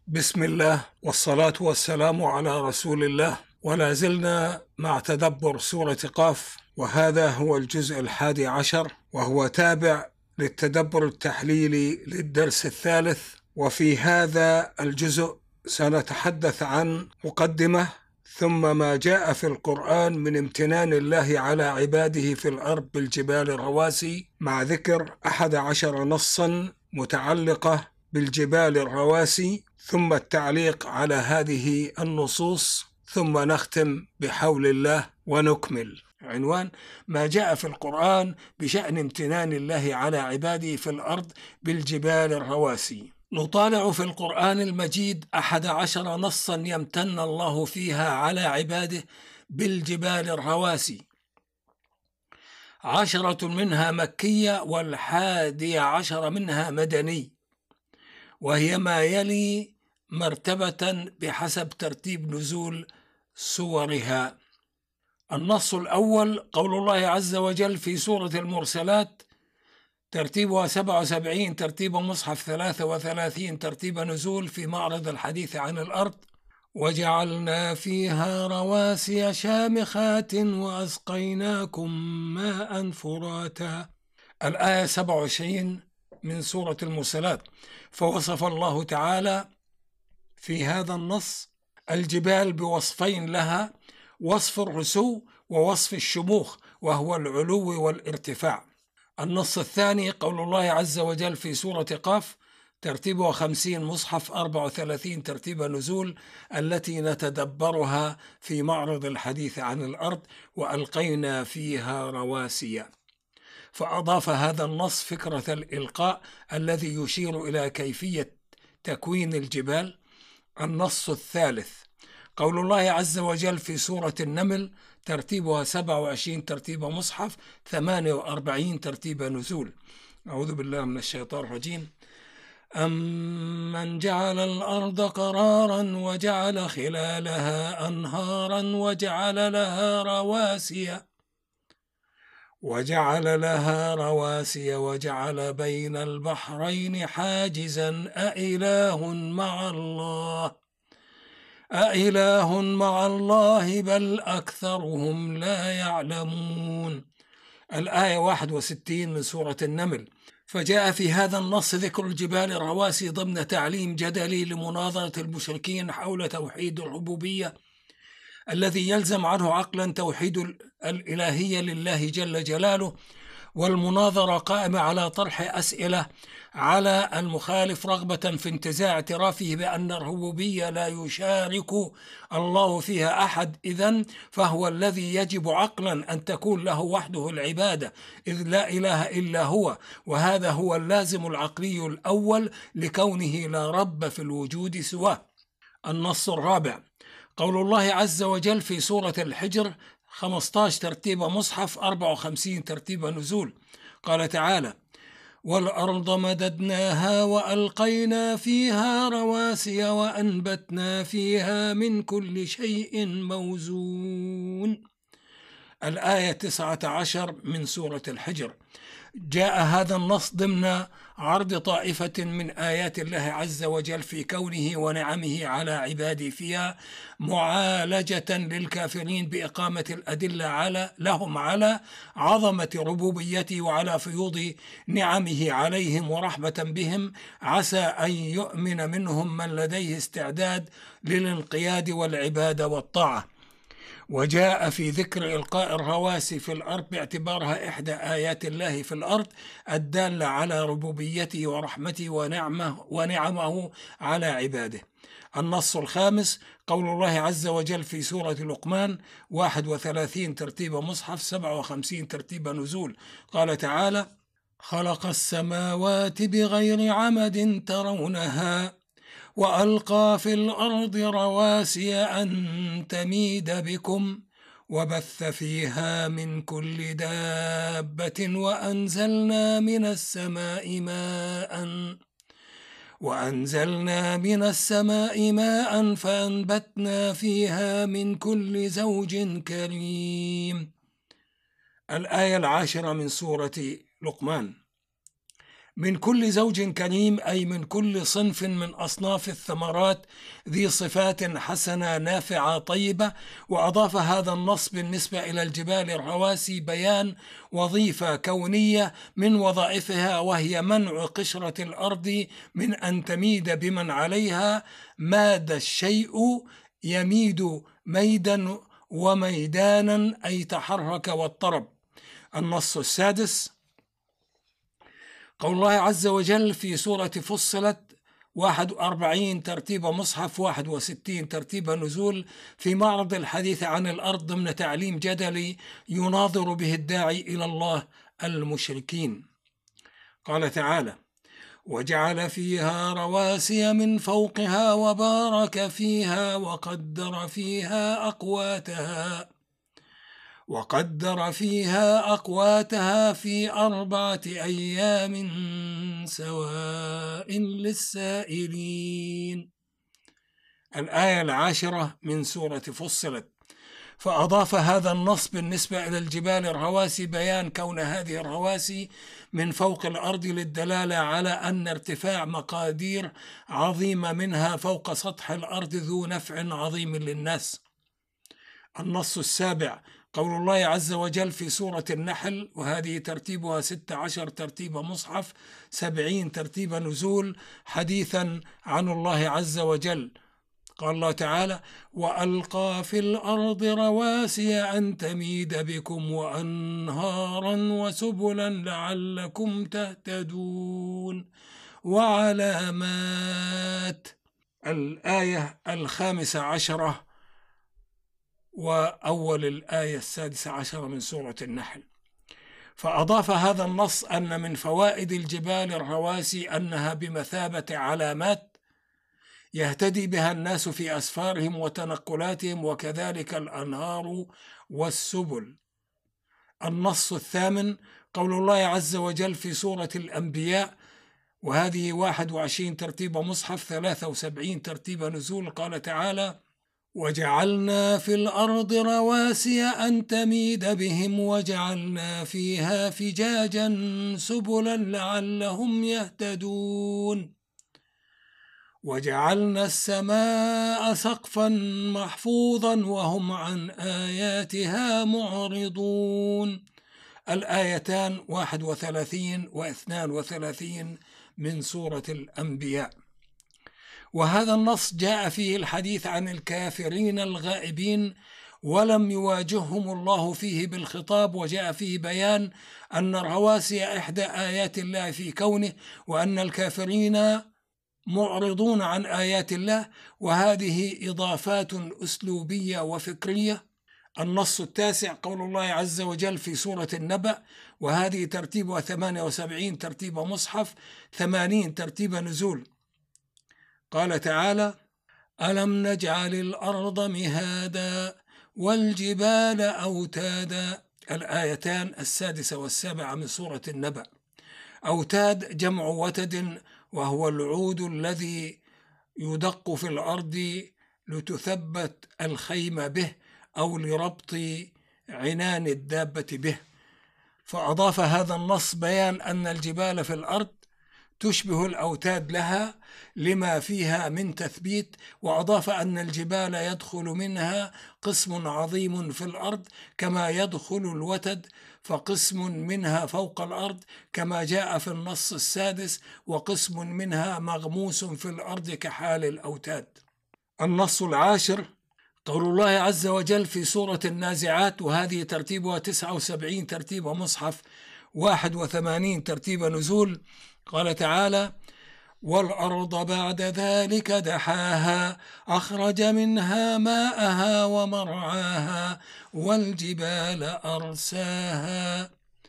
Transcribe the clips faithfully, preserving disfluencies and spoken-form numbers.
بسم الله والصلاة والسلام على رسول الله، ولا زلنا مع تدبر سورة قاف، وهذا هو الجزء الحادي عشر، وهو تابع للتدبر التحليلي للدرس الثالث. وفي هذا الجزء سنتحدث عن مقدمة ثم ما جاء في القرآن من امتنان الله على عباده في الأرض بالجبال الرواسي، مع ذكر أحد عشر نصا متعلقة بالجبال الرواسي، ثم التعليق على هذه النصوص، ثم نختم بحول الله ونكمل. عنوان: ما جاء في القرآن بشأن امتنان الله على عباده في الأرض بالجبال الرواسي. نطالع في القرآن المجيد أحد عشر نصا يمتن الله فيها على عباده بالجبال الرواسي، عشرة منها مكية والحادي عشر منها مدني، وهي ما يلي مرتبة بحسب ترتيب نزول سورها. النص الأول قول الله عز وجل في سورة المرسلات، ترتيبها سبعة وسبعين، ترتيب مصحف ثلاثة وثلاثين، ترتيب نزول في معرض الحديث عن الأرض: وجعلنا فيها رواسي شامخات وأسقيناكم ماء فراتا. الآية سبعة وعشرين من سورة المرسلات. فوصف الله تعالى في هذا النص الجبال بوصفين لها: وصف الرسو ووصف الشموخ، وهو العلو والارتفاع. النص الثاني قول الله عز وجل في سورة قاف، ترتيبها خمسين، مصحف أربعة وثلاثين، ترتيب نزول، التي نتدبرها في معرض الحديث عن الأرض: وألقينا فيها رواسي. فأضاف هذا النص فكرة الإلقاء الذي يشير إلى كيفية تكوين الجبال. النص الثالث قول الله عز وجل في سورة النمل، ترتيبها سبعة وعشرين، ترتيب مصحف ثمانية وأربعين، ترتيب نزول. أعوذ بالله من الشيطان الرجيم. أمن جعل الأرض قرارا وجعل خلالها أنهارا وجعل لها رواسي وجعل لها رواسي وجعل بين البحرين حاجزا أإله مع الله أإله مع الله بل أكثرهم لا يعلمون. الآية واحد وستين من سورة النمل. فجاء في هذا النص ذكر الجبال الرواسي ضمن تعليم جدلي لمناظرة المشركين حول توحيد الربوبية، الذي يلزم عنه عقلا توحيد الإلهية لله جل جلاله. والمناظرة قائمة على طرح أسئلة على المخالف رغبة في انتزاع اعترافه بأن الربوبية لا يشارك الله فيها أحد، إذن فهو الذي يجب عقلا أن تكون له وحده العبادة، إذ لا إله إلا هو، وهذا هو اللازم العقلي الأول لكونه لا رب في الوجود سواه. النص الرابع قول الله عز وجل في سورة الحجر خمسة عشر، ترتيب مصحف أربعة وخمسين، ترتيب نزول. قال تعالى: والأرض مددناها وألقينا فيها رواسي وأنبتنا فيها من كل شيء موزون. الآية تسعة عشر من سورة الحجر. جاء هذا النص ضمن عرض طائفة من آيات الله عز وجل في كونه ونعمه على عباده فيها، معالجة للكافرين بإقامة الأدلة على لهم على عظمة ربوبيته وعلى فيوض نعمه عليهم ورحمة بهم، عسى أن يؤمن منهم من لديه استعداد للانقياد والعبادة والطاعة. وجاء في ذكر إلقاء الرواسي في الأرض باعتبارها إحدى آيات الله في الأرض الدالة على ربوبيته ورحمته ونعمه, ونعمه على عباده. النص الخامس قول الله عز وجل في سورة لقمان واحد وثلاثين، ترتيب مصحف سبعة وخمسين، ترتيب نزول. قال تعالى: خلق السماوات بغير عمد ترونها وألقى في الأرض رواسي أن تميد بكم وبث فيها من كل دابة وأنزلنا من السماء ماء وأنزلنا من السماء ماء فأنبتنا فيها من كل زوج كريم. الآية العاشرة من سورة لقمان. من كل زوج كريم، أي من كل صنف من أصناف الثمرات ذي صفات حسنة نافعة طيبة. وأضاف هذا النص بالنسبة إلى الجبال الرواسي بيان وظيفة كونية من وظائفها، وهي منع قشرة الأرض من أن تميد بمن عليها. ماد الشيء يميد ميدا وميدانا، أي تحرك واضطرب. النص السادس قول الله عز وجل في سورة فصلت واحد وأربعين ترتيب مصحف، واحد وستين ترتيب نزول، في معرض الحديث عن الأرض ضمن تعليم جدلي يناظر به الداعي إلى الله المشركين. قال تعالى: وجعل فيها رواسي من فوقها وبارك فيها وقدر فيها أقواتها وقدر فيها أقواتها في أربعة أيام سواء للسائلين. الآية العاشرة من سورة فصلت. فأضاف هذا النص بالنسبة إلى الجبال الرواسي بيان كون هذه الرواسي من فوق الأرض للدلالة على أن ارتفاع مقادير عظيمة منها فوق سطح الأرض ذو نفع عظيم للناس. النص السابع قول الله عز وجل في سورة النحل، وهذه ترتيبها ستة عشر ترتيب مصحف، سبعين ترتيب نزول، حديثا عن الله عز وجل. قال الله تعالى: وألقى في الأرض رواسي أن تميد بكم وأنهارا وسبلا لعلكم تهتدون وعلامات. الآية الخامسة عشرة وأول الآية السادسة عشرة من سورة النحل. فأضاف هذا النص أن من فوائد الجبال الرواسي أنها بمثابة علامات يهتدي بها الناس في أسفارهم وتنقلاتهم، وكذلك الأنهار والسبل. النص الثامن قول الله عز وجل في سورة الأنبياء، وهذه واحد وعشرين ترتيب مصحف، ثلاثة وسبعين ترتيب نزول. قال تعالى: وجعلنا في الأرض رواسي أن تميد بهم وجعلنا فيها فجاجا سبلا لعلهم يهتدون وجعلنا السماء سقفا محفوظا وهم عن آياتها معرضون. الآيتان واحد وثلاثين واثنان وثلاثين من سورة الأنبياء. وهذا النص جاء فيه الحديث عن الكافرين الغائبين ولم يواجههم الله فيه بالخطاب، وجاء فيه بيان أن الرواسي إحدى آيات الله في كونه، وأن الكافرين معرضون عن آيات الله، وهذه إضافات أسلوبية وفكرية. النص التاسع قول الله عز وجل في سورة النبأ، وهذه ترتيبها ثمانية وسبعين ترتيب مصحف، ثمانين ترتيب نزول. قال تعالى: ألم نجعل الأرض مهادا والجبال أوتادا. الآيتان السادسة والسابعة من سورة النبأ. أوتاد جمع وتد، وهو العود الذي يدق في الأرض لتثبت الخيمة به أو لربط عنان الدابة به. فأضاف هذا النص بيان أن الجبال في الأرض تشبه الأوتاد لها لما فيها من تثبيت، وأضاف أن الجبال يدخل منها قسم عظيم في الأرض كما يدخل الوتد، فقسم منها فوق الأرض كما جاء في النص السادس، وقسم منها مغموس في الأرض كحال الأوتاد. النص العاشر قول الله عز وجل في سورة النازعات، وهذه ترتيبها تسعة وسبعين ترتيب مصحف، واحد وثمانين ترتيب نزول. قال تعالى: والأرض بعد ذلك دحاها أخرج منها ماءها ومرعاها والجبال أرساها.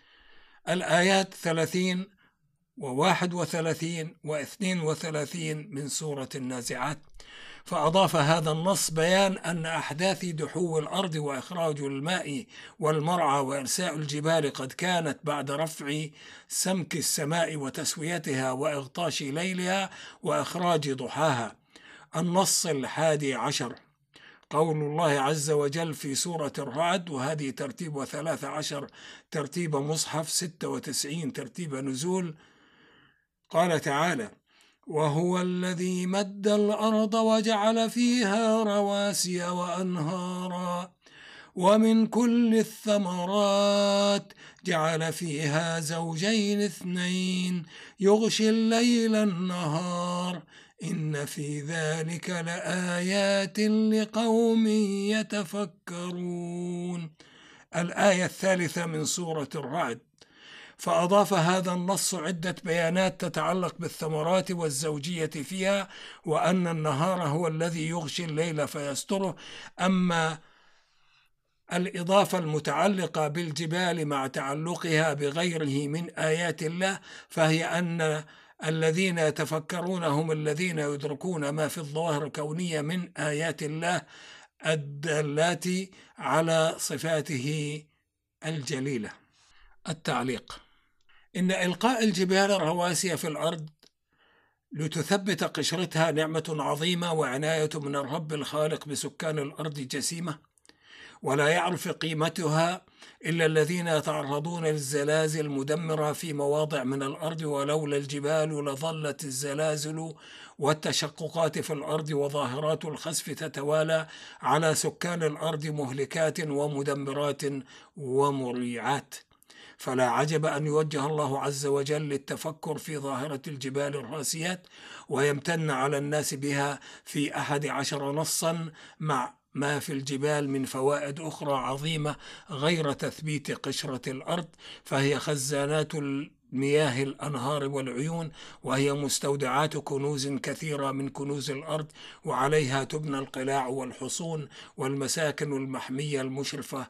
الآيات ثلاثين وواحد وثلاثين واثنين وثلاثين من سورة النازعات. فأضاف هذا النص بيان أن أحداث دحو الأرض وإخراج الماء والمرعى وإرساء الجبال قد كانت بعد رفع سمك السماء وتسويتها وإغطاش ليلها وإخراج ضحاها. النص الحادي عشر قول الله عز وجل في سورة الرعد، وهذه ترتيب ثلاثة عشر ترتيب مصحف، ستة وتسعين ترتيب نزول. قال تعالى: وهو الذي مد الأرض وجعل فيها رواسي وأنهارا ومن كل الثمرات جعل فيها زوجين اثنين يغشي الليل النهار إن في ذلك لآيات لقوم يتفكرون. الآية الثالثة من سورة الرعد. فأضاف هذا النص عدة بيانات تتعلق بالثمرات والزوجية فيها، وأن النهار هو الذي يغشي الليل فيستره. أما الإضافة المتعلقة بالجبال مع تعلقها بغيره من آيات الله فهي أن الذين يتفكرون هم الذين يدركون ما في الظواهر الكونية من آيات الله الدالات على صفاته الجليلة. التعليق: إن إلقاء الجبال الرواسي في الأرض لتثبت قشرتها نعمة عظيمة وعناية من الرب الخالق بسكان الأرض جسيمة، ولا يعرف قيمتها إلا الذين يتعرضون للزلازل المدمرة في مواضع من الأرض، ولولا الجبال لظلت الزلازل والتشققات في الأرض وظاهرات الخسف تتوالى على سكان الأرض مهلكات ومدمرات ومريعات. فلا عجب أن يوجه الله عز وجل للتفكر في ظاهرة الجبال الراسيات ويمتن على الناس بها في أحد عشر نصا، مع ما في الجبال من فوائد أخرى عظيمة غير تثبيت قشرة الأرض، فهي خزانات المياه الأنهار والعيون، وهي مستودعات كنوز كثيرة من كنوز الأرض، وعليها تبنى القلاع والحصون والمساكن المحمية المشرفة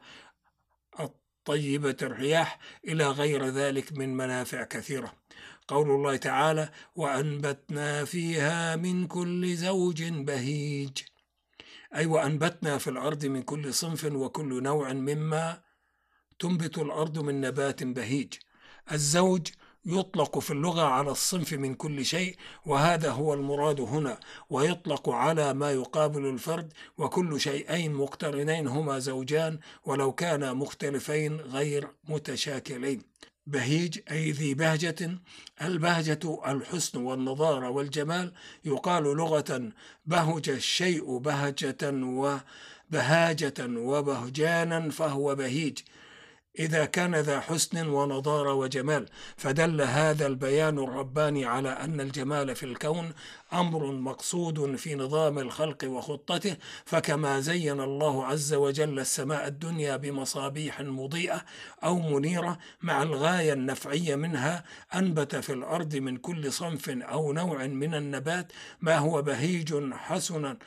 طيبة الرياح إلى غير ذلك من منافع كثيرة. قول الله تعالى: وأنبتنا فيها من كل زوج بهيج، أي وأنبتنا في الأرض من كل صنف وكل نوع مما تنبت الأرض من نبات بهيج. الزوج يطلق في اللغة على الصنف من كل شيء، وهذا هو المراد هنا، ويطلق على ما يقابل الفرد، وكل شيئين مقترنين هما زوجان ولو كانا مختلفين غير متشاكلين. بهيج أي ذي بهجة. البهجة الحسن والنضارة والجمال. يقال لغة بهج الشيء بهجة وبهاجة وبهجانا فهو بهيج إذا كان ذا حسن ونضارة وجمال. فدل هذا البيان الرباني على أن الجمال في الكون أمر مقصود في نظام الخلق وخطته، فكما زين الله عز وجل السماء الدنيا بمصابيح مضيئة أو منيرة مع الغاية النفعية منها، أنبت في الأرض من كل صنف أو نوع من النبات ما هو بهيج حسن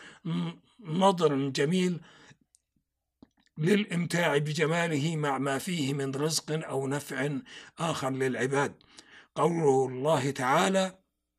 نضر جميل للإمتاع بجماله مع ما فيه من رزق أو نفع آخر للعباد. قوله الله تعالى: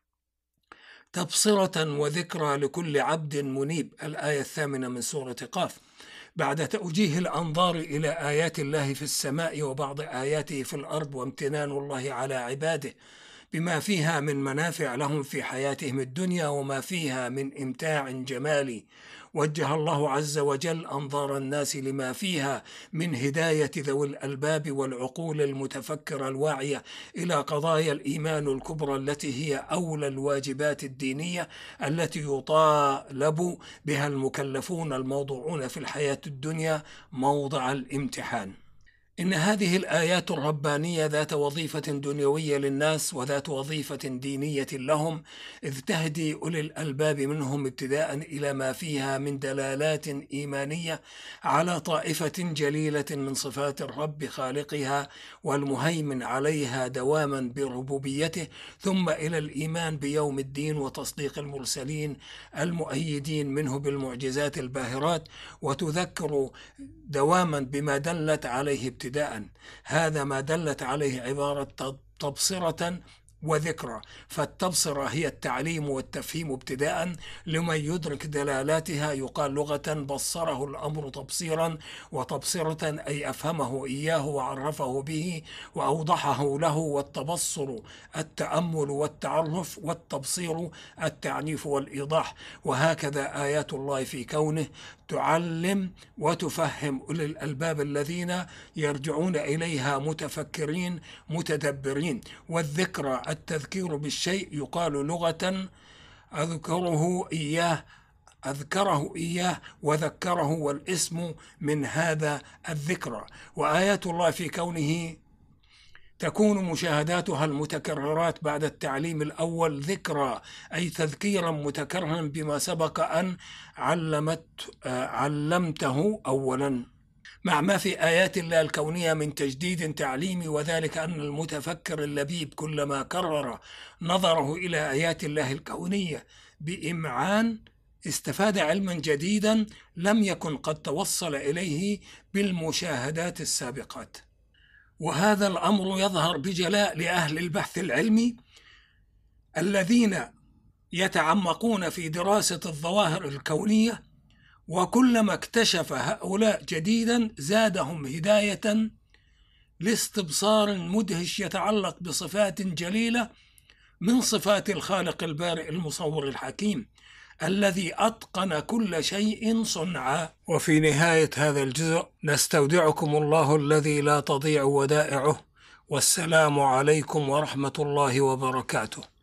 تبصرة وذكرى لكل عبد منيب، الآية الثامنة من سورة قاف. بعد توجيه الأنظار إلى آيات الله في السماء وبعض آياته في الأرض وامتنان الله على عباده بما فيها من منافع لهم في حياتهم الدنيا وما فيها من إمتاع جمالي، وجه الله عز وجل أنظار الناس لما فيها من هداية ذوي الألباب والعقول المتفكرة الواعية إلى قضايا الإيمان الكبرى التي هي أولى الواجبات الدينية التي يطالب بها المكلفون الموضوعون في الحياة الدنيا موضع الامتحان. إن هذه الآيات الربانية ذات وظيفة دنيوية للناس وذات وظيفة دينية لهم، إذ تهدي أولي الألباب منهم ابتداء إلى ما فيها من دلالات إيمانية على طائفة جليلة من صفات الرب خالقها والمهيمن عليها دواما بربوبيته، ثم إلى الإيمان بيوم الدين وتصديق المرسلين المؤيدين منه بالمعجزات الباهرات، وتذكر دواما بما دلت عليه ابتداء. هذا ما دلت عليه عبارة تبصرة وذكرى. فالتبصرة هي التعليم والتفهيم ابتداء لمن يدرك دلالاتها، يقال لغة بصره الأمر تبصيرا، وتبصرة أي أفهمه إياه وعرفه به وأوضحه له. والتبصر التأمل والتعرف، والتبصير التعنيف والإيضاح. وهكذا آيات الله في كونه تعلم وتفهم أولي الألباب الذين يرجعون إليها متفكرين متدبرين. والذكرى التذكير بالشيء يقال لغة أذكره إياه أذكره إياه وذكره، والاسم من هذا الذكر. وآيات الله في كونه تكون مشاهداتها المتكررات بعد التعليم الأول ذكرى، أي تذكيرا متكررا بما سبق أن علمت علمته أولا، مع ما في آيات الله الكونية من تجديد تعليمي، وذلك أن المتفكر اللبيب كلما كرر نظره إلى آيات الله الكونية بإمعان استفاد علما جديدا لم يكن قد توصل إليه بالمشاهدات السابقات. وهذا الأمر يظهر بجلاء لأهل البحث العلمي الذين يتعمقون في دراسة الظواهر الكونية، وكلما اكتشف هؤلاء جديدا زادهم هداية لاستبصار مدهش يتعلق بصفات جليلة من صفات الخالق البارئ المصور الحكيم الذي أتقن كل شيء صنعا. وفي نهاية هذا الجزء نستودعكم الله الذي لا تضيع ودائعه، والسلام عليكم ورحمة الله وبركاته.